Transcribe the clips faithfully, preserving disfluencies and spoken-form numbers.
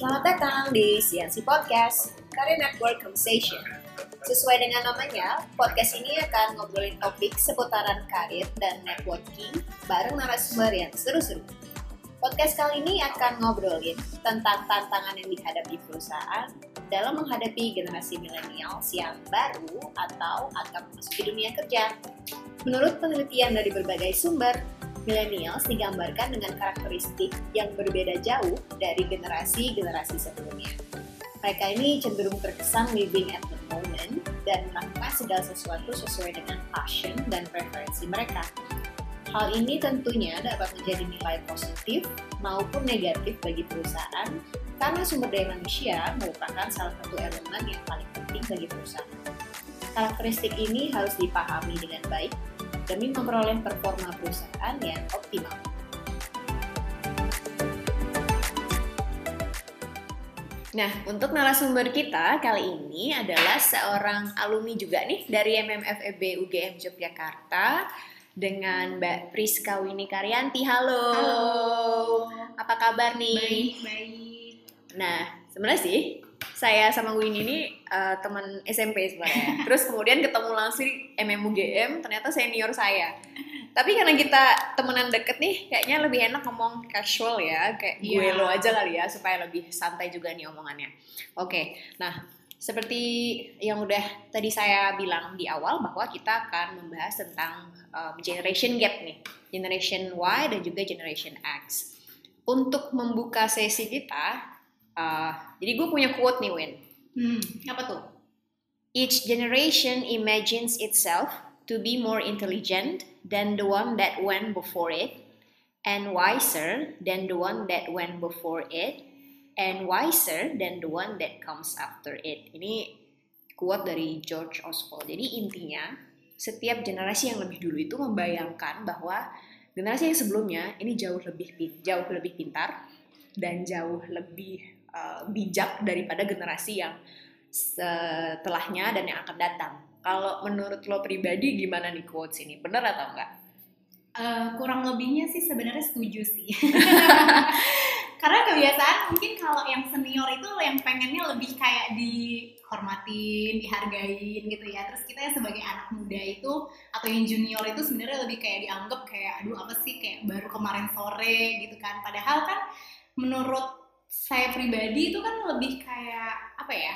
Selamat datang di C N C Podcast, Career Network Conversation. Sesuai dengan namanya, podcast ini akan ngobrolin topik seputaran karir dan networking bareng narasumber yang seru-seru. Podcast kali ini akan ngobrolin tentang tantangan yang dihadapi perusahaan dalam menghadapi generasi millennials yang baru atau akan memasuki dunia kerja. Menurut penelitian dari berbagai sumber, millennials digambarkan dengan karakteristik yang berbeda jauh dari generasi-generasi sebelumnya. Mereka ini cenderung terkesan living at the moment dan melakukan segala sesuatu sesuai dengan passion dan preferensi mereka. Hal ini tentunya dapat menjadi nilai positif maupun negatif bagi perusahaan karena sumber daya manusia merupakan salah satu elemen yang paling penting bagi perusahaan. Karakteristik ini harus dipahami dengan baik demi memperoleh performa perusahaan yang optimal. Nah, untuk narasumber kita kali ini adalah seorang alumni juga nih dari M M F E B U G M Yogyakarta dengan Mbak Priska Winnie Karyanti. Halo. Halo. Apa kabar nih? Baik, baik. Nah, sebenarnya sih saya sama Winnie ini uh, teman S M P sebenarnya. Terus kemudian ketemu langsung di M M U G M, ternyata senior saya. Tapi karena kita temenan deket nih, kayaknya lebih enak ngomong casual ya, kayak gue Yeah. lo aja kali ya, supaya lebih santai juga nih omongannya. Oke, nah seperti yang udah tadi saya bilang di awal bahwa kita akan membahas tentang um, generation gap nih, generation Y dan juga generation X. Untuk membuka sesi kita, Uh, jadi gue punya quote nih, Win. Hmm, apa tuh? Each generation imagines itself to be more intelligent than the one that went before it, and wiser than the one that went before it, and wiser than the one that comes after it. Ini quote dari George Oswald. Jadi intinya, setiap generasi yang lebih dulu itu membayangkan bahwa generasi yang sebelumnya ini jauh lebih jauh lebih pintar dan jauh lebih Uh, bijak daripada generasi yang setelahnya dan yang akan datang. Kalau menurut lo pribadi gimana nih quotes ini? Bener atau enggak? Uh, kurang lebihnya sih sebenarnya setuju sih. Karena kebiasaan mungkin kalau yang senior itu yang pengennya lebih kayak dihormatin, dihargain gitu ya. Terus kita ya sebagai anak muda itu atau yang junior itu sebenarnya lebih kayak dianggap kayak aduh apa sih kayak baru kemarin sore gitu kan. Padahal kan menurut saya pribadi itu kan lebih kayak apa ya?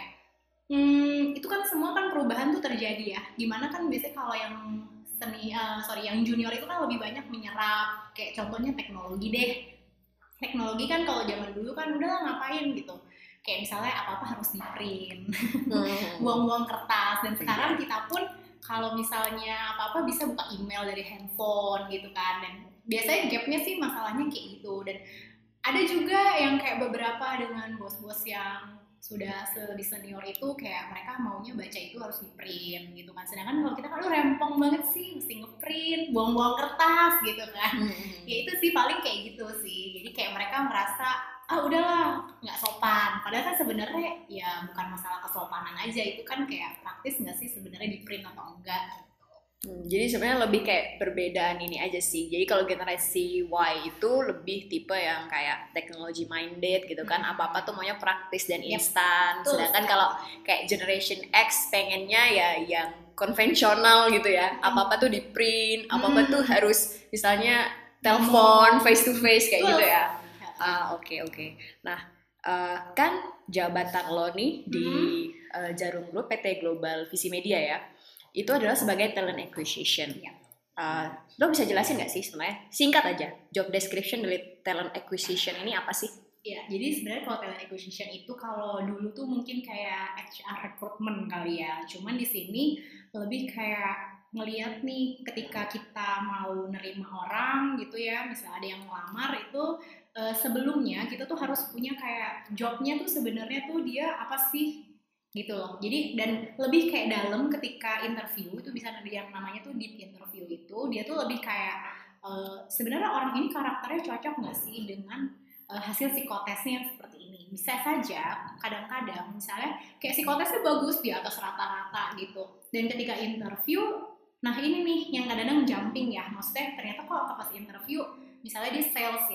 Hmm, itu kan semua kan perubahan tuh terjadi ya. Dimana kan biasanya kalau yang seni, uh, sorry, yang junior itu kan lebih banyak menyerap. Kayak contohnya teknologi deh. Teknologi kan kalau zaman dulu kan udahlah ngapain gitu. Kayak misalnya apa-apa harus di print, hmm. buang-buang kertas. Dan sekarang kita pun kalau misalnya apa-apa bisa buka email dari handphone gitu kan. Dan biasanya gapnya sih masalahnya kayak gitu. Dan ada juga yang kayak beberapa dengan bos-bos yang sudah lebih senior itu kayak mereka maunya baca itu harus di print gitu kan. Sedangkan kalau kita kan lu rempong banget sih mesti nge-print, buang-buang kertas gitu kan. Mm-hmm. Ya itu sih paling kayak gitu sih. Jadi kayak mereka merasa ah udahlah nggak sopan. Padahal kan sebenarnya ya bukan masalah kesopanan aja, itu kan kayak praktis nggak sih sebenarnya di print atau enggak. Hmm, jadi sebenarnya lebih kayak perbedaan ini aja sih. Jadi kalau generasi Y itu lebih tipe yang kayak technology minded gitu kan. Hmm. Apa-apa tuh maunya praktis dan yep. instan. Sedangkan kalau kayak generation X pengennya ya yang konvensional gitu ya. Apa-apa tuh di print, apa-apa hmm. tuh harus misalnya telepon face to face kayak gitu ya. Ah, oke okay, oke. Okay. Nah, uh, kan jabatan lo nih di uh, Jarum Group P T Global Visi Media ya. Itu adalah sebagai talent acquisition. Ya. Uh, lo bisa jelasin nggak sih sebenarnya? Singkat aja, job description dari talent acquisition ini apa sih? Ya, jadi sebenarnya kalau talent acquisition itu kalau dulu tuh mungkin kayak H R recruitment kali ya. Cuman di sini lebih kayak ngelihat nih ketika kita mau nerima orang gitu ya, misalnya ada yang ngelamar itu uh, sebelumnya kita tuh harus punya kayak jobnya tuh sebenarnya tuh dia apa sih? Gitu loh. Jadi dan lebih kayak dalam ketika interview itu bisa ada yang namanya tuh deep interview itu dia tuh lebih kayak uh, sebenarnya orang ini karakternya cocok nggak sih dengan uh, hasil psikotesnya yang seperti ini. Bisa saja kadang-kadang misalnya kayak psikotesnya bagus di atas rata-rata gitu. Dan ketika interview, nah ini nih yang kadang-kadang jumping ya. Maksudnya ternyata kalau pas interview misalnya dia sales ya,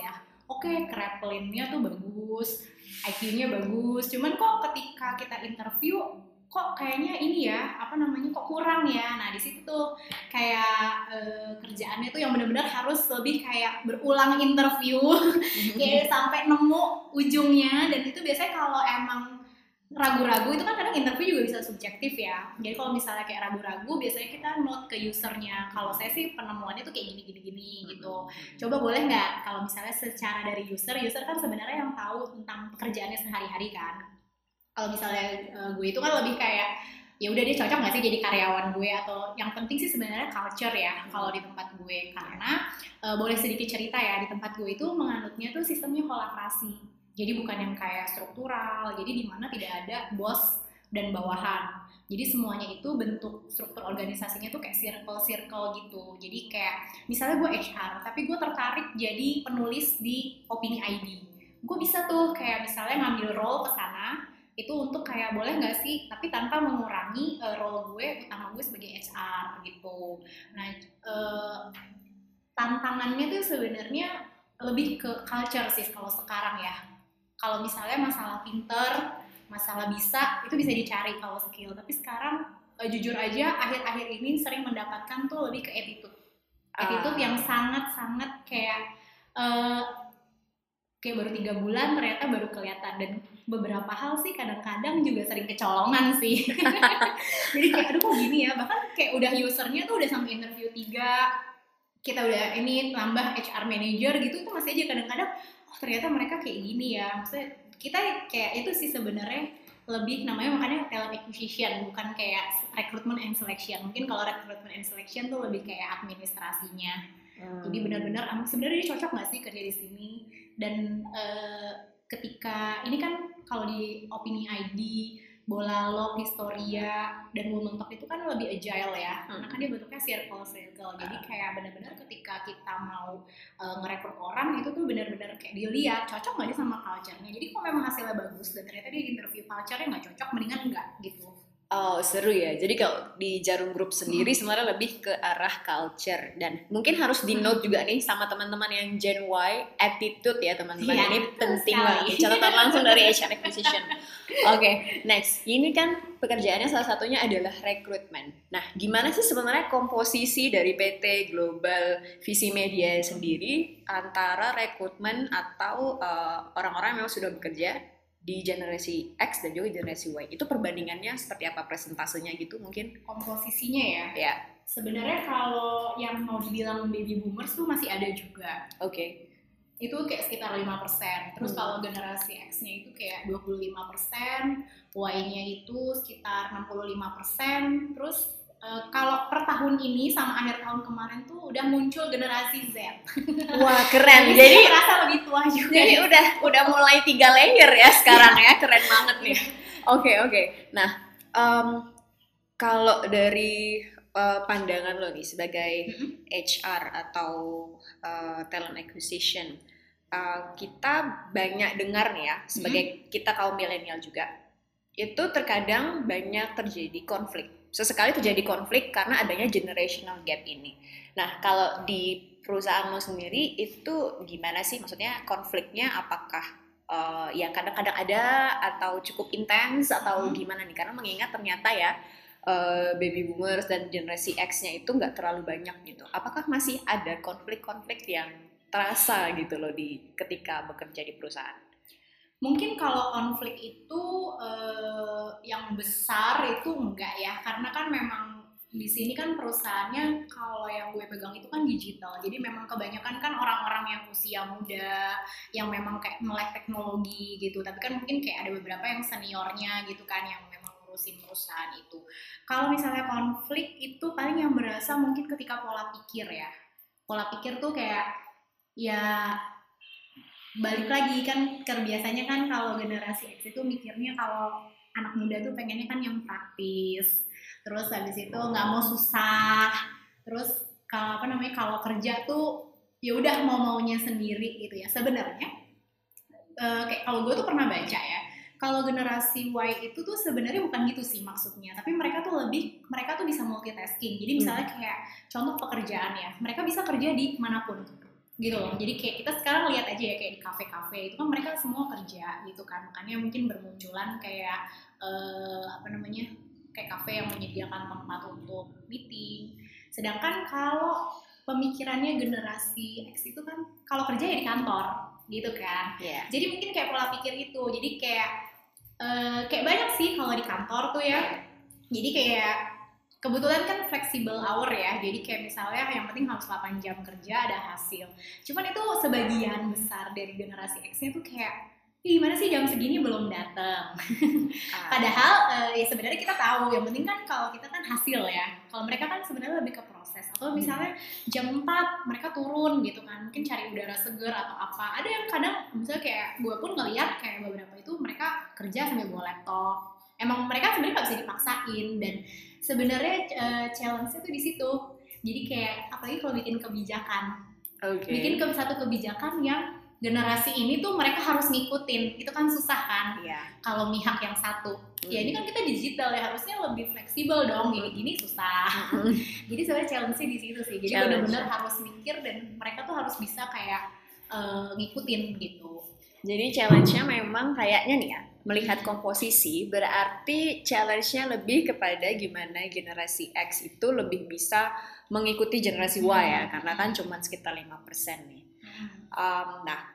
oke okay, Kraplinnya tuh bagus, I Q-nya bagus, cuman kok ketika kita interview kok kayaknya ini ya apa namanya kok kurang ya. Nah di situ tuh kayak e, kerjaannya tuh yang benar-benar harus lebih kayak berulang interview kayak sampai nemu ujungnya. Dan itu biasanya kalau emang ragu-ragu itu kan kadang interview juga bisa subjektif ya. Jadi kalau misalnya kayak ragu-ragu biasanya kita note ke usernya. Kalau saya sih penemuannya tuh kayak gini-gini-gini gitu. Coba boleh nggak kalau misalnya secara dari user, user kan sebenarnya yang tahu tentang pekerjaannya sehari-hari kan. Kalau misalnya uh, gue itu kan lebih kayak ya udah dia cocok nggak sih jadi karyawan gue, atau yang penting sih sebenarnya culture ya kalau di tempat gue. Karena uh, boleh sedikit cerita ya, di tempat gue itu menganutnya tuh sistemnya holakrasi. Jadi bukan yang kayak struktural, jadi di mana tidak ada bos dan bawahan. Jadi semuanya itu bentuk struktur organisasinya tuh kayak circle-circle gitu. Jadi kayak misalnya gue H R, tapi gue tertarik jadi penulis di Opini I D. Gue bisa tuh kayak misalnya ngambil role ke sana, itu untuk kayak boleh nggak sih, tapi tanpa mengurangi uh, role gue utama gue sebagai H R gitu. Nah uh, tantangannya tuh sebenarnya lebih ke culture sih kalau sekarang ya. Kalau misalnya masalah pinter, masalah bisa, itu bisa dicari kalau skill. Tapi sekarang uh, jujur aja akhir-akhir ini sering mendapatkan tuh lebih ke attitude. Attitude uh. yang sangat-sangat kayak uh, kayak baru tiga bulan ternyata baru kelihatan. Dan beberapa hal sih kadang-kadang juga sering kecolongan sih. Jadi kayak aduh kok gini ya, bahkan kayak udah usernya tuh udah sampai interview tiga, kita udah ini tambah H R manager gitu, itu masih aja kadang-kadang oh ternyata mereka kayak gini ya. Maksudnya kita kayak itu sih sebenarnya lebih namanya makanya talent acquisition, bukan kayak recruitment and selection. Mungkin kalau recruitment and selection tuh lebih kayak administrasinya. Hmm. Jadi benar-benar sebenarnya dia cocok nggak sih kerja di sini. Dan uh, ketika ini kan kalau di Opini I D, Bolalop, Historia, dan Women Talk itu kan lebih agile ya, karena kan dia bentuknya circle-circle. Jadi kayak benar-benar ketika kita mau uh, ngerekrut orang itu tuh benar-benar kayak dilihat cocok nggak dia sama culture-nya. Jadi kalau memang hasilnya bagus dan ternyata dia interview culture-nya nggak cocok, mendingan enggak gitu. Oh seru ya, jadi kalau di Jarum Group sendiri hmm. sebenarnya lebih ke arah culture. Dan mungkin harus di note juga nih sama teman-teman yang Gen Y, attitude ya teman-teman, ya, ini penting banget, catatan langsung dari H R Acquisition. Oke, okay, next, ini kan pekerjaannya salah satunya adalah recruitment. Nah gimana sih sebenarnya komposisi dari P T Global Visi Media sendiri antara recruitment atau uh, orang-orang yang memang sudah bekerja di generasi X dan juga generasi Y, itu perbandingannya seperti apa, presentasenya gitu mungkin? Komposisinya ya? Ya. Sebenarnya kalau yang mau dibilang baby boomers tuh masih ada juga. Oke. Okay. Itu kayak sekitar lima persen. Terus hmm. kalau generasi X-nya itu kayak dua puluh lima persen, Y-nya itu sekitar enam puluh lima persen. Terus uh, kalau per tahun ini sama akhir tahun kemarin tuh udah muncul generasi Z. Wah keren. Jadi, jadi merasa lebih tua juga. Jadi udah udah mulai tiga layer ya sekarang ya, keren banget nih. Oke okay, oke. Okay. Nah um, kalau dari uh, pandangan lo nih sebagai mm-hmm. H R atau uh, talent acquisition, uh, kita banyak dengar nih ya sebagai mm-hmm. kita kaum milenial juga, itu terkadang banyak terjadi konflik. Sesekali terjadi konflik karena adanya generational gap ini. Nah, kalau di perusahaanmu sendiri itu gimana sih? Maksudnya konfliknya apakah uh, ya kadang-kadang ada atau cukup intens atau hmm. gimana nih? Karena mengingat ternyata ya uh, baby boomers dan generasi X-nya itu nggak terlalu banyak gitu. Apakah masih ada konflik-konflik yang terasa gitu loh di ketika bekerja di perusahaan? Mungkin kalau konflik itu uh, yang besar itu enggak ya, karena kan memang di sini kan perusahaannya kalau yang gue pegang itu kan digital, jadi memang kebanyakan kan orang-orang yang usia muda, yang memang kayak melek teknologi gitu. Tapi kan mungkin kayak ada beberapa yang seniornya gitu kan yang memang ngurusin perusahaan itu. Kalau misalnya konflik itu paling yang berasa mungkin ketika pola pikir ya, pola pikir tuh kayak ya balik lagi kan, biasanya kan kalau generasi X itu mikirnya kalau anak muda tuh pengennya kan yang praktis, terus habis itu nggak mau susah, terus kalau apa namanya kalau kerja tuh ya udah mau maunya sendiri gitu ya. Sebenarnya uh, kayak kalau gue tuh pernah baca ya, kalau generasi Y itu tuh sebenarnya bukan gitu sih maksudnya, tapi mereka tuh lebih mereka tuh bisa multitasking. Jadi misalnya kayak contoh pekerjaan ya, mereka bisa kerja di manapun. gitu loh. Jadi kayak kita sekarang lihat aja ya kayak di kafe-kafe itu kan mereka semua kerja gitu kan, makanya mungkin bermunculan kayak uh, apa namanya kayak kafe yang menyediakan tempat untuk meeting. Sedangkan kalau pemikirannya generasi X itu kan kalau kerja ya di kantor gitu kan. Yeah. Jadi mungkin kayak pola pikir itu. Jadi kayak uh, kayak banyak sih kalau di kantor tuh ya. Jadi kayak kebetulan kan flexible hour ya, jadi kayak misalnya yang penting harus delapan jam kerja ada hasil. Cuman itu sebagian besar dari generasi X-nya tuh kayak, gimana sih jam segini belum datang? Ah. Padahal uh, ya sebenarnya kita tahu, yang penting kan kalau kita kan hasil ya. Kalau mereka kan sebenarnya lebih ke proses. Atau misalnya jam empat mereka turun gitu kan, mungkin cari udara seger atau apa. Ada yang kadang misalnya kayak gue pun ngeliat kayak beberapa itu mereka kerja sambil bawa laptop. Emang mereka sebenarnya nggak bisa dipaksain dan sebenarnya uh, challenge-nya tuh di situ. Jadi kayak apalagi kalau bikin kebijakan, okay. bikin ke satu kebijakan yang generasi ini tuh mereka harus ngikutin, itu kan susah kan? Yeah. Kalau mihak yang satu, mm. ya ini kan kita digital ya harusnya lebih fleksibel dong. Gini-gini susah. Mm. Jadi sebenarnya challenge-nya di situ sih. Jadi benar-benar harus mikir dan mereka tuh harus bisa kayak uh, ngikutin gitu. Jadi challenge-nya memang kayaknya nih ya, melihat komposisi berarti challenge-nya lebih kepada gimana generasi X itu lebih bisa mengikuti generasi Y ya, karena kan cuma sekitar lima persen nih. Um, nah,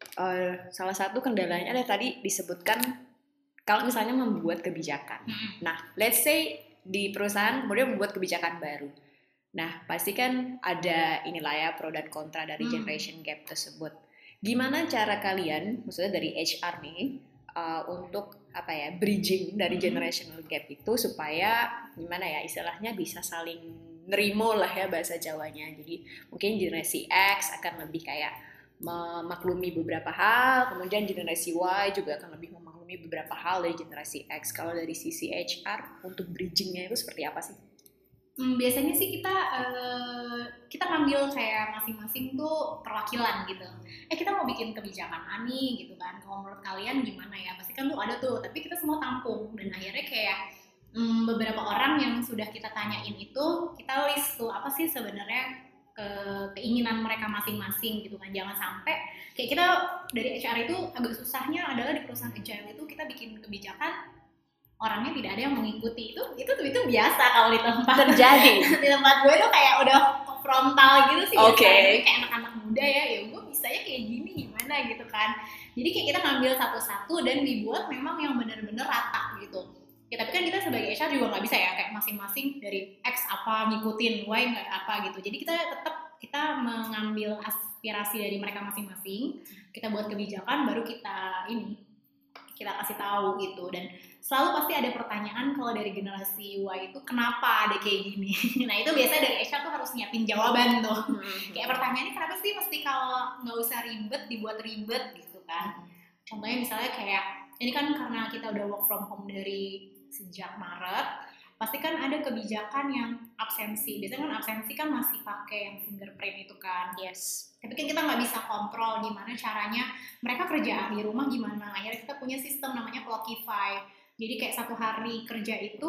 uh, salah satu kendalanya ada tadi disebutkan kalau misalnya membuat kebijakan. Nah, let's say di perusahaan kemudian membuat kebijakan baru. Nah, pasti kan ada inilah ya pro dan kontra dari generation gap tersebut. Gimana cara kalian, maksudnya dari H R nih, uh, untuk apa ya bridging dari generational gap itu supaya gimana ya istilahnya bisa saling nerimo lah ya bahasa Jawanya. Jadi mungkin generasi X akan lebih kayak memaklumi beberapa hal, kemudian generasi Y juga akan lebih memaklumi beberapa hal dari generasi X. Kalau dari sisi H R untuk bridgingnya itu seperti apa sih? Hmm, biasanya sih kita uh, kita ngambil kayak masing-masing tuh perwakilan gitu. Eh kita mau bikin kebijakan A nih gitu kan. Kalau menurut kalian gimana ya? Pasti kan tuh ada tuh. Tapi kita semua tampung dan akhirnya kayak um, beberapa orang yang sudah kita tanyain itu kita list tuh apa sih sebenarnya ke keinginan mereka masing-masing gitu kan. Jangan sampai kayak kita dari H R itu agak susahnya adalah di perusahaan agile itu kita bikin kebijakan orangnya tidak ada yang mengikuti. itu itu itu biasa kalau di tempat terjadi di tempat gue tuh kayak udah frontal gitu sih. Okay. Kayak anak-anak muda ya ya gue bisa ya kayak gini gimana gitu kan. Jadi kayak kita ngambil satu-satu dan dibuat memang yang benar-benar rata gitu ya. Tapi kan kita sebagai H R juga nggak bisa ya kayak masing-masing dari X apa ngikutin Y nggak apa gitu. Jadi kita tetap kita mengambil aspirasi dari mereka masing-masing, kita buat kebijakan baru kita ini kita kasih tahu gitu. Dan selalu pasti ada pertanyaan kalau dari generasi Y itu kenapa ada kayak gini. Nah itu biasanya dari H R tuh harus nyiapin jawaban tuh. Hmm. Kayak pertanyaannya kenapa sih mesti kalau nggak usah ribet dibuat ribet gitu kan. Contohnya misalnya kayak ini kan karena kita udah work from home dari sejak Maret, pasti kan ada kebijakan yang absensi. Biasanya kan absensi kan masih pakai yang fingerprint itu kan. Yes. Tapi kan kita nggak bisa kontrol gimana caranya mereka kerja di rumah gimana. Akhirnya kita punya sistem namanya Clockify. Jadi kayak satu hari kerja itu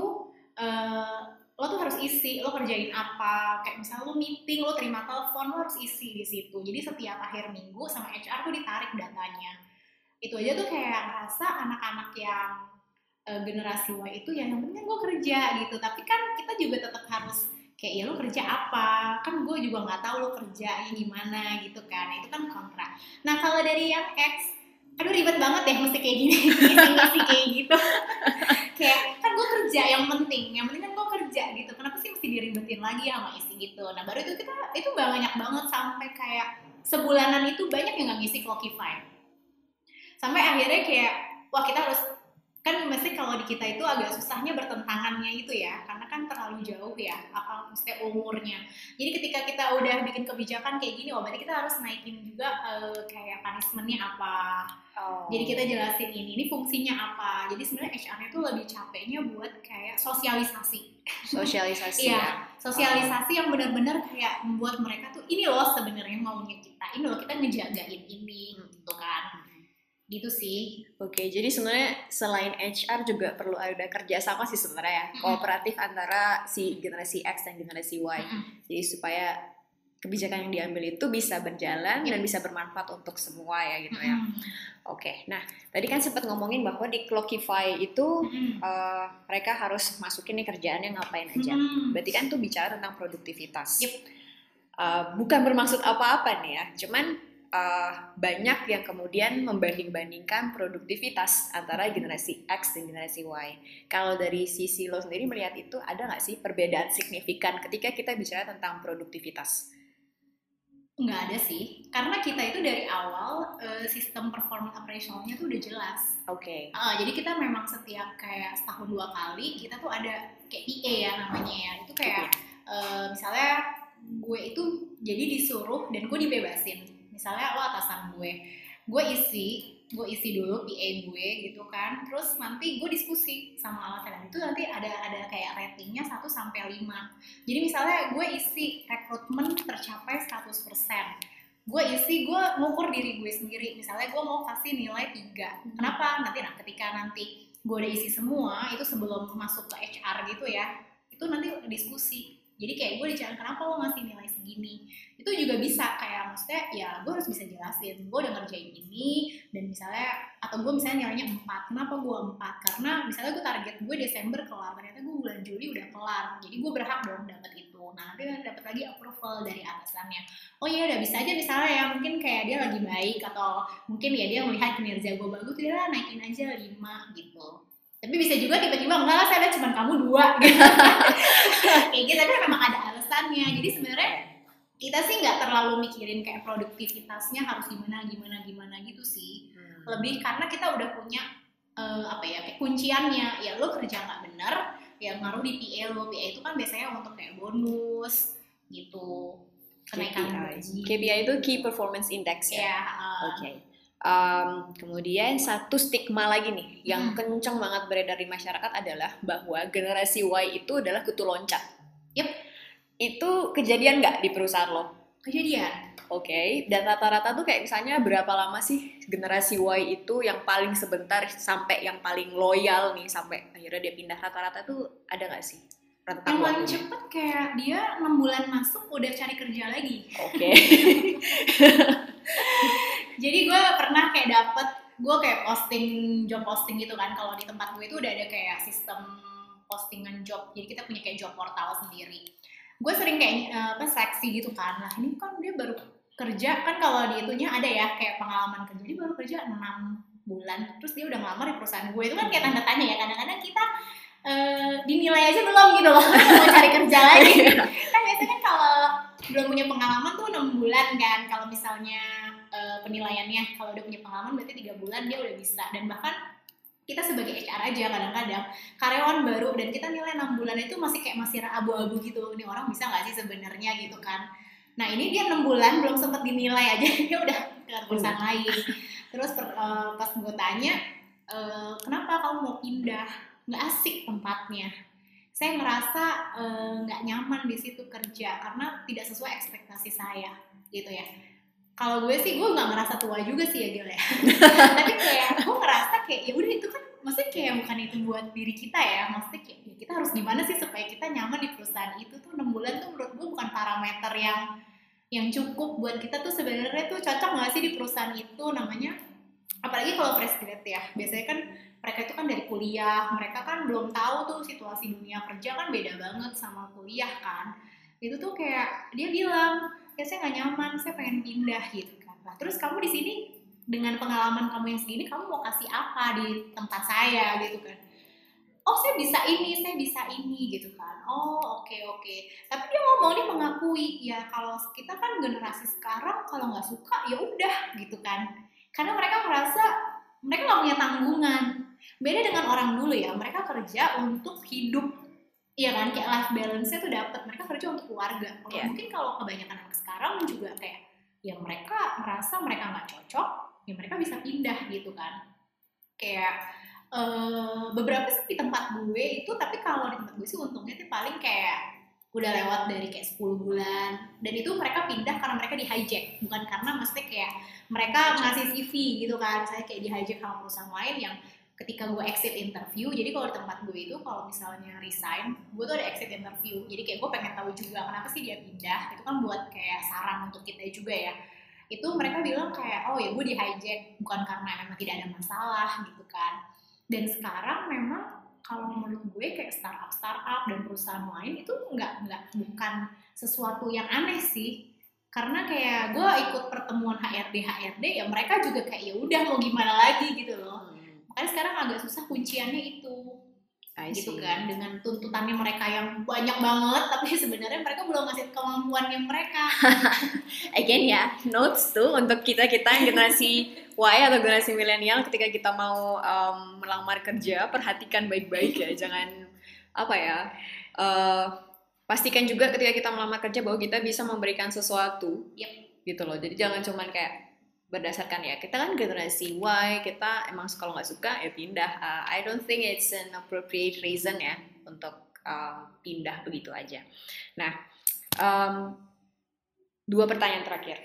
uh, lo tuh harus isi lo kerjain apa. Kayak misalnya lo meeting, lo terima telepon, lo harus isi di situ. Jadi setiap akhir minggu sama H R tuh ditarik datanya. Itu aja tuh kayak ngerasa anak-anak yang uh, generasi Y itu ya yang penting gue kerja gitu. Tapi kan kita juga tetap harus kayak ya lo kerja apa, kan gue juga nggak tahu lo kerjanya gimana gitu kan. Itu kan kontra. Nah kalau dari yang X, aduh ribet banget deh mesti kayak gini ngisi-ngisi kayak gitu. Kayak kan gue kerja yang penting, yang penting kan gue kerja gitu. Kenapa sih mesti diribetin lagi sama isi gitu. Nah baru itu kita itu banyak banget sampai kayak sebulanan itu banyak yang nggak ngisi Clockify. Sampai akhirnya kayak wah kita harus kan mesti kalau di kita itu agak susahnya bertentangannya itu ya, karena kan terlalu jauh ya apa mesti umurnya. Jadi ketika kita udah bikin kebijakan kayak gini, oh berarti kita harus naikin juga uh, kayak punishment-nya apa. Oh. Jadi kita jelasin ini, ini fungsinya apa. Jadi sebenarnya H R-nya tuh lebih capeknya buat kayak sosialisasi. Sosialisasi ya. Sosialisasi oh. yang benar-benar kayak membuat mereka tuh ini loh sebenarnya maunya kita. Ini loh kita ngejagain ini gitu kan. Gitu sih. Oke, jadi sebenarnya selain H R juga perlu ada kerjasama sih sebenarnya ya, kooperatif antara si generasi X dan generasi Y. Mm-hmm. Jadi supaya kebijakan yang diambil itu bisa berjalan Yep. dan bisa bermanfaat untuk semua ya gitu ya. Mm-mm. Oke, nah tadi kan sempat ngomongin bahwa di Clockify itu Mm-mm. uh, mereka harus masukin nih kerjaannya ngapain aja. Mm-mm. Berarti kan tuh bicara tentang produktivitas. Yep. Uh, bukan bermaksud apa-apa nih ya, cuman uh, banyak yang kemudian membanding-bandingkan produktivitas antara generasi X dan generasi Y. Kalau dari sisi lo sendiri melihat itu, ada nggak sih perbedaan signifikan ketika kita bicara tentang produktivitas? Nggak ada sih, karena kita itu dari awal uh, sistem performance operationalnya tuh udah jelas. Oke. Okay. Uh, jadi kita memang setiap kayak setahun dua kali kita tuh ada kayak P A ya namanya ya. Itu kayak uh, misalnya gue itu jadi disuruh dan gue dibebasin. Misalnya lo atasan gue, gue isi, gue isi dulu P A gue gitu kan. Terus nanti gue diskusi sama atasan, dan itu nanti ada ada kayak ratingnya satu sampai lima. Jadi misalnya gue isi rekrutmen tercapai seratus persen. Gue isi, gue ngukur diri gue sendiri. Misalnya gue mau kasih nilai tiga. Kenapa? Nanti nah ketika nanti gue udah isi semua, itu sebelum masuk ke H R gitu ya, itu nanti diskusi. Jadi kayak gue dicari kenapa lo ngasih nilai segini. Itu juga bisa kayak maksudnya ya gue harus bisa jelasin. Gue udah ngerjain ini dan misalnya, atau gue misalnya nilainya empat. Kenapa gue empat? Karena misalnya gue target gue Desember kelar, ternyata gue bulan Juli udah kelar. Jadi gue berhak dong dapet itu. Nah nanti dapat lagi approval dari atasannya. Oh iya udah bisa aja misalnya ya mungkin kayak dia lagi baik atau mungkin ya dia melihat kinerja gue bagus, dia naikin aja lima gitu. Tapi bisa juga tiba-tiba enggak lah saya lihat cuma kamu dua gitu. Kayak gitu, tapi memang ada alasannya. Jadi sebenarnya kita sih nggak terlalu mikirin kayak produktivitasnya harus gimana gimana gimana gitu sih. Hmm. Lebih karena kita udah punya uh, apa ya kayak kunciannya. Ya lo kerja nggak benar, ya ngaruh di P A lo. P A itu kan biasanya untuk kayak bonus gitu, kenaikan gaji. K P I itu Key Performance Index ya. Yeah, uh, Oke. Okay. Um, kemudian satu stigma lagi nih yang hmm. kencang banget beredar di masyarakat adalah bahwa generasi Y itu adalah kutu loncat. Yep. Itu kejadian nggak di perusahaan lo? Kejadian. Oke. Okay. Dan rata-rata tuh kayak misalnya berapa lama sih generasi Y itu yang paling sebentar sampai yang paling loyal nih sampai akhirnya dia pindah, rata-rata tuh ada nggak sih? Rentang yang paling cepet kayak dia enam bulan masuk udah cari kerja lagi. Oke. Okay. Jadi gue pernah kayak dapet, gue kayak posting job posting gitu kan. Kalau di tempat gue itu udah ada kayak sistem postingan job. Jadi kita punya kayak job portal sendiri. Gue sering kayak apa seleksi gitu kan. Nah ini kan dia baru kerja kan, kalau di itunya ada ya kayak pengalaman kerja. Dia baru kerja enam bulan. Terus dia udah ngelamar di perusahaan gue. Itu kan kayak tanda tanya ya. Kadang-kadang kita uh, dinilai aja belum gitu loh. Mau cari kerja lagi. Kan biasanya kan kalau belum punya pengalaman tuh enam bulan kan. Kalau misalnya penilaiannya, kalau udah punya pengalaman berarti tiga bulan dia udah bisa. Dan bahkan kita sebagai H R aja kadang-kadang karyawan baru dan kita nilai enam bulan itu masih kayak masih abu-abu gitu, ini orang bisa nggak sih sebenarnya gitu kan. Nah ini dia enam bulan belum sempat dinilai aja dia udah ke perusahaan lain. Terus per, uh, pas gue tanya uh, kenapa kamu mau pindah, nggak asik tempatnya, saya ngerasa nggak uh, nyaman di situ kerja karena tidak sesuai ekspektasi saya gitu ya. Kalau gue sih, gue nggak ngerasa tua juga sih ya Gil ya. Tapi kayak gue ngerasa kayak ya udah itu kan, maksudnya kayak bukan itu buat diri kita ya. Maksudnya kayak ya kita harus gimana sih supaya kita nyaman di perusahaan itu tuh. Enam bulan tuh menurut gue bukan parameter yang yang cukup buat kita tuh sebenarnya tuh cocok nggak sih di perusahaan itu namanya. Apalagi kalau fresh grad ya, biasanya kan mereka itu kan dari kuliah, mereka kan belum tahu tuh situasi dunia kerja kan beda banget sama kuliah kan. Itu tuh kayak dia bilang ya saya nggak nyaman, saya pengen pindah gitu kan. Nah terus kamu di sini dengan pengalaman kamu yang segini, kamu mau kasih apa di tempat saya gitu kan? Oh saya bisa ini, saya bisa ini gitu kan. Oh oke okay, oke. Okay. Tapi dia ngomong, dia mengakui ya kalau kita kan generasi sekarang kalau nggak suka ya udah gitu kan. Karena mereka merasa mereka nggak punya tanggungan. Beda dengan orang dulu ya, mereka kerja untuk hidup. Iya kan, kayak life balance-nya tuh dapat, mereka kerja untuk keluarga. Kalau yeah. mungkin kalau kebanyakan anak sekarang juga kayak ya mereka merasa mereka nggak cocok, ya mereka bisa pindah gitu kan. Kayak uh, beberapa sih di tempat gue itu, tapi kalau di tempat gue sih untungnya tuh paling kayak udah lewat dari kayak sepuluh bulan. Dan itu mereka pindah karena mereka di hijack, bukan karena maksudnya kayak mereka ngasih C V gitu kan, misalnya kayak di hijack sama perusahaan lain yang ketika gue exit interview, jadi kalau di tempat gue itu kalau misalnya resign, gue tuh ada exit interview, jadi kayak gue pengen tahu juga kenapa sih dia pindah, itu kan buat kayak saran untuk kita juga ya. Itu mereka bilang kayak, oh ya gue di hijack bukan karena memang tidak ada masalah gitu kan. Dan sekarang memang kalau menurut gue kayak startup startup dan perusahaan lain itu nggak nggak bukan sesuatu yang aneh sih, karena kayak gue ikut pertemuan H R D H R D ya mereka juga kayak ya udah mau gimana lagi gitu loh. Makanya sekarang agak susah kunciannya itu, gitu kan, dengan tuntutannya mereka yang banyak banget, tapi sebenarnya mereka belum ngasih kemampuannya mereka. Again ya, notes tuh untuk kita-kita yang generasi Y atau generasi milenial ketika kita mau um, melamar kerja, perhatikan baik-baik ya, jangan apa ya, uh, pastikan juga ketika kita melamar kerja bahwa kita bisa memberikan sesuatu, yep. gitu loh. Jadi jangan cuman kayak berdasarkan ya kita kan generasi Y, kita emang kalau nggak suka ya pindah. uh, I don't think it's an appropriate reason ya untuk um, pindah begitu aja. Nah, um, dua pertanyaan terakhir.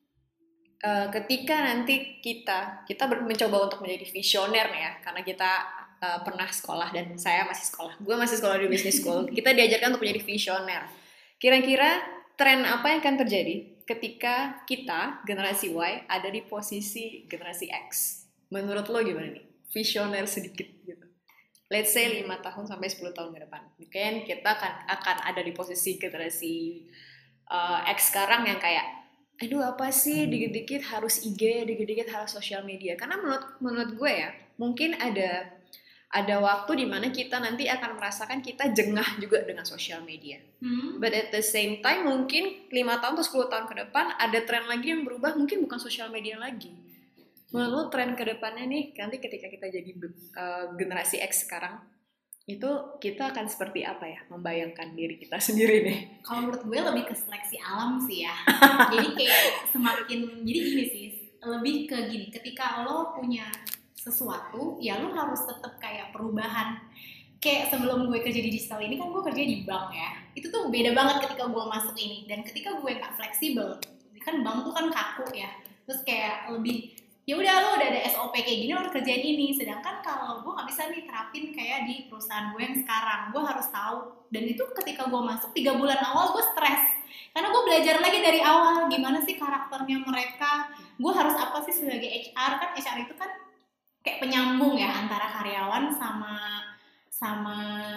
Uh, ketika nanti kita kita mencoba untuk menjadi visioner ya, karena kita uh, pernah sekolah dan saya masih sekolah, gue masih sekolah di business school, kita diajarkan untuk menjadi visioner. Kira-kira tren apa yang akan terjadi ketika kita, generasi Y, ada di posisi generasi X? Menurut lo gimana nih? Visioner sedikit gitu. Let's say lima tahun sampai sepuluh tahun ke depan. Mungkin kita akan, akan ada di posisi generasi uh, X sekarang yang kayak, aduh apa sih, dikit-dikit harus I G, dikit-dikit harus sosial media. Karena menurut, menurut gue ya, mungkin ada ada waktu dimana kita nanti akan merasakan kita jengah juga dengan sosial media. Hmm. But at the same time mungkin lima tahun atau sepuluh tahun ke depan ada tren lagi yang berubah, mungkin bukan sosial media lagi. Menurut tren ke depannya nih, nanti ketika kita jadi uh, generasi X sekarang, itu kita akan seperti apa ya, membayangkan diri kita sendiri nih? Kalau menurut gue lebih ke seleksi alam sih ya. Jadi kayak semakin, jadi gini sih, lebih ke gini, ketika lo punya sesuatu, ya lo harus tetap kayak perubahan. Kayak sebelum gue kerja di digital ini kan gue kerja di bank ya. Itu tuh beda banget ketika gue masuk ini. Dan ketika gue gak fleksibel, kan bank tuh kan kaku ya. Terus kayak lebih, ya udah lo udah ada S O P kayak gini, lo harus kerjain ini. Sedangkan kalau gue gak bisa nih terapin kayak di perusahaan gue yang sekarang, gue harus tahu. Dan itu ketika gue masuk tiga bulan awal gue stres. Karena gue belajar lagi dari awal, gimana sih karakternya mereka. Gue harus apa sih sebagai H R, kan H R itu kan kayak penyambung ya antara karyawan sama sama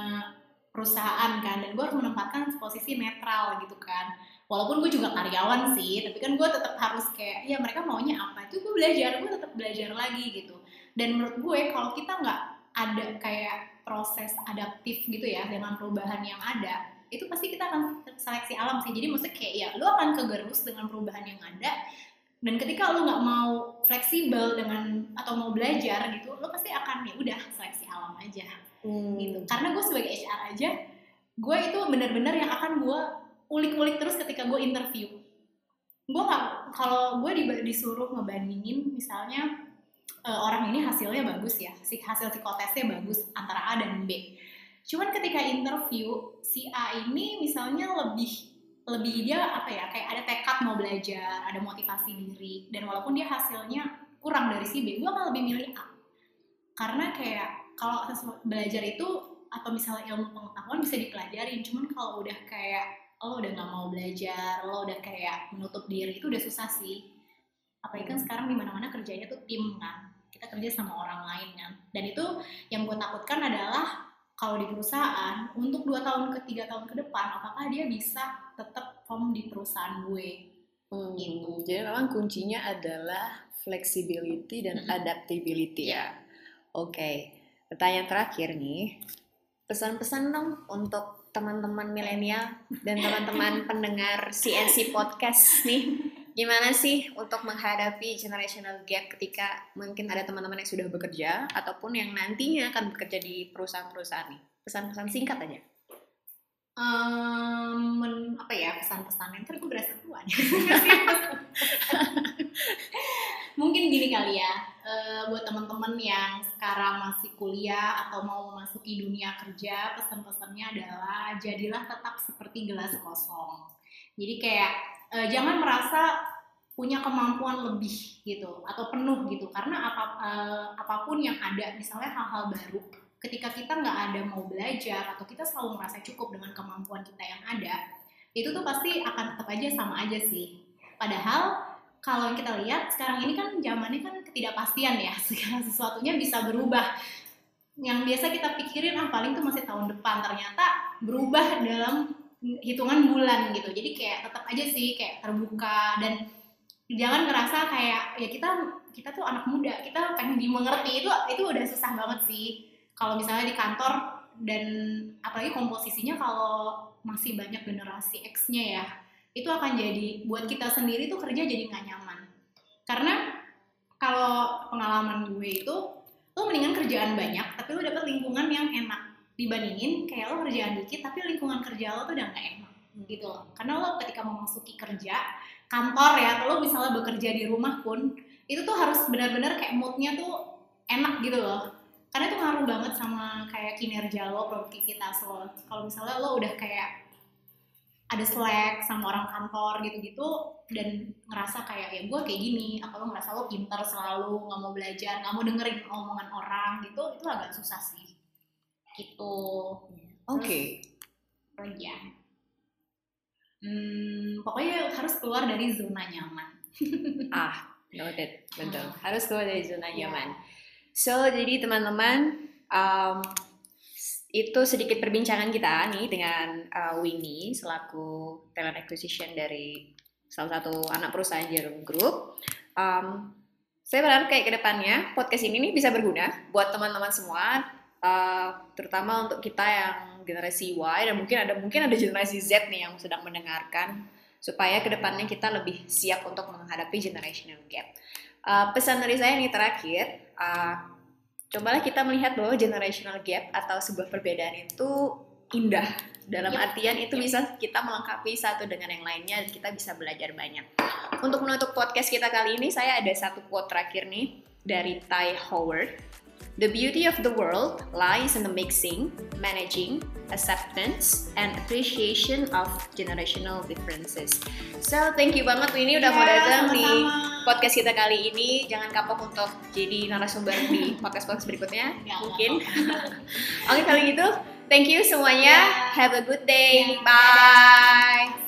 perusahaan kan, dan gue harus menempatkan posisi netral gitu kan, walaupun gue juga karyawan sih, tapi kan gue tetap harus kayak ya mereka maunya apa itu gue belajar, gue tetap belajar lagi gitu. Dan menurut gue kalau kita nggak ada kayak proses adaptif gitu ya dengan perubahan yang ada, itu pasti kita akan seleksi alam sih. Jadi maksudnya kayak ya lo akan kegerus dengan perubahan yang ada. Dan ketika lo nggak mau fleksibel dengan atau mau belajar gitu, lo pasti akan ya udah seleksi alam aja, hmm. gitu. Karena gue sebagai H R aja, gue itu benar-benar yang akan gue ulik-ulik terus ketika gue interview. Gue nggak, kalau gue disuruh ngebandingin misalnya uh, orang ini hasilnya bagus ya, si hasil psikotesnya bagus antara A dan B. Cuman ketika interview si A ini misalnya lebih lebih dia apa ya, kayak ada tekad mau belajar, ada motivasi diri, dan walaupun dia hasilnya kurang dari si B, gue akan lebih milih A. Karena kayak kalau belajar itu atau misalnya ilmu pengetahuan bisa dipelajarin, cuman kalau udah kayak lo udah nggak mau belajar, lo udah kayak menutup diri, itu udah susah sih. Apalagi kan sekarang di mana-mana kerjanya tuh tim kan, kita kerja sama orang lain kan, dan itu yang gue takutkan adalah kalau di perusahaan, untuk dua tahun ke tiga tahun ke depan, apakah dia bisa tetap firm di perusahaan gue? Hmm, gitu. Jadi memang kuncinya adalah flexibility dan mm-hmm. adaptability ya. Oke, okay. Pertanyaan terakhir nih, pesan-pesan dong untuk teman-teman milenial dan teman-teman pendengar C N C Podcast nih. Gimana sih untuk menghadapi generational gap ketika mungkin ada teman-teman yang sudah bekerja ataupun yang nantinya akan bekerja di perusahaan-perusahaan nih? Pesan-pesan singkat aja. Um, men, apa ya pesan-pesannya? Ntar gue berasa tua nih. Mungkin gini kali ya, uh, buat teman-teman yang sekarang masih kuliah atau mau memasuki dunia kerja, pesan-pesannya adalah jadilah tetap seperti gelas kosong. Jadi kayak uh, jangan merasa punya kemampuan lebih gitu atau penuh gitu, karena apa, uh, apapun yang ada, misalnya hal-hal baru, ketika kita nggak ada mau belajar atau kita selalu merasa cukup dengan kemampuan kita yang ada, itu tuh pasti akan tetap aja sama aja sih. Padahal kalau kita lihat sekarang ini kan zamannya kan ketidakpastian ya, segala sesuatunya bisa berubah. Yang biasa kita pikirin ah paling tuh masih tahun depan, ternyata berubah dalam hitungan bulan gitu. Jadi kayak tetap aja sih kayak terbuka, dan jangan ngerasa kayak ya kita kita tuh anak muda, kita pengen dimengerti, itu itu udah susah banget sih kalau misalnya di kantor, dan apalagi komposisinya kalau masih banyak generasi X-nya ya, itu akan jadi buat kita sendiri tuh kerja jadi nggak nyaman. Karena kalau pengalaman gue itu, lo mendingan kerjaan banyak tapi lo dapet lingkungan yang enak dibandingin kayak lo kerjaan dikit tapi lingkungan kerja lo tuh udah nggak enak gitu loh. Karena lo ketika memasuki kerja kantor ya, atau lo misalnya bekerja di rumah pun, itu tuh harus benar-benar kayak moodnya tuh enak gitu loh, karena itu ngaruh banget sama kayak kinerja lo, produktivitas lo. Kalau misalnya lo udah kayak ada slack sama orang kantor gitu-gitu dan ngerasa kayak ya gue kayak gini, atau lo ngerasa lo pintar selalu, nggak mau belajar, nggak mau dengerin omongan orang gitu, itu agak susah sih gitu. Oke. Okay. Kerja Hmm, pokoknya harus keluar dari zona nyaman. Ah, noted, betul. Hmm. Harus keluar dari zona yeah. nyaman. So, jadi teman-teman, um, itu sedikit perbincangan kita nih dengan uh, Winnie selaku talent acquisition dari salah satu anak perusahaan Jarum Group. Um, saya berharap kayak kedepannya podcast ini nih bisa berguna buat teman-teman semua. Uh, terutama untuk kita yang generasi Y, dan mungkin ada mungkin ada generasi Z nih yang sedang mendengarkan, supaya kedepannya kita lebih siap untuk menghadapi generational gap. Uh, pesan dari saya nih terakhir, uh, cobalah kita melihat bahwa generational gap atau sebuah perbedaan itu indah, dalam yep. artian itu yep. bisa kita melengkapi satu dengan yang lainnya dan kita bisa belajar banyak. Untuk menutup podcast kita kali ini, saya ada satu quote terakhir nih dari Ty Howard. The beauty of the world lies in the mixing, managing, acceptance, and appreciation of generational differences. So, thank you banget Winnie udah yeah, mau datang di podcast kita kali ini. Jangan kapok untuk jadi narasumber di podcast-podcast berikutnya, ya, mungkin. Oke, okay, kalau gitu, thank you semuanya. Yeah. Have a good day. Yeah. Bye.